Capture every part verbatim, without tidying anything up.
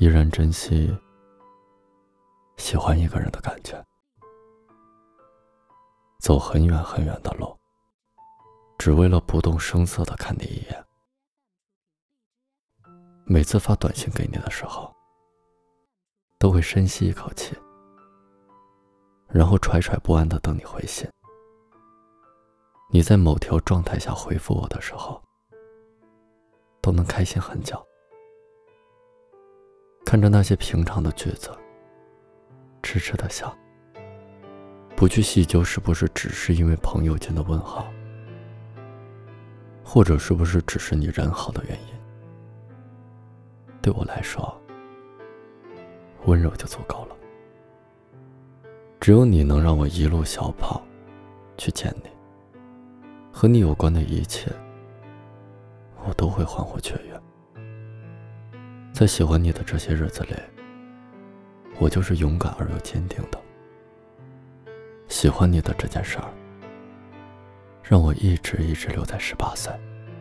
依然珍惜喜欢一个人的感觉，走很远很远的路，只为了不动声色地看你一眼。每次发短信给你的时候，都会深吸一口气，然后惴惴不安地等你回信。你在某条状态下回复我的时候，都能开心很久。看着那些平常的句子，痴痴地笑，不去细究是不是只是因为朋友间的问号，或者是不是只是你人好的原因。对我来说，温柔就足够了。只有你能让我一路小跑去见你，和你有关的一切我都会欢呼雀跃。在喜欢你的这些日子里，我就是勇敢而又坚定的。喜欢你的这件事儿，让我一直一直留在十八岁。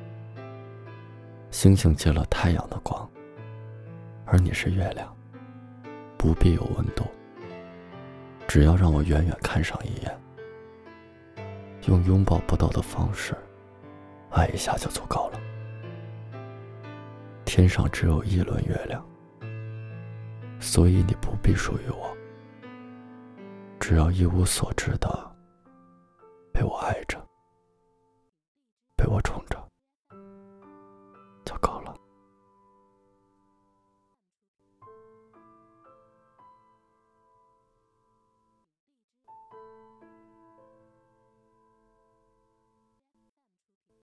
星星借了太阳的光，而你是月亮，不必有温度，只要让我远远看上一眼，用拥抱不到的方式爱一下就足够了。天上只有一轮月亮，所以你不必属于我，只要一无所知的被我爱着。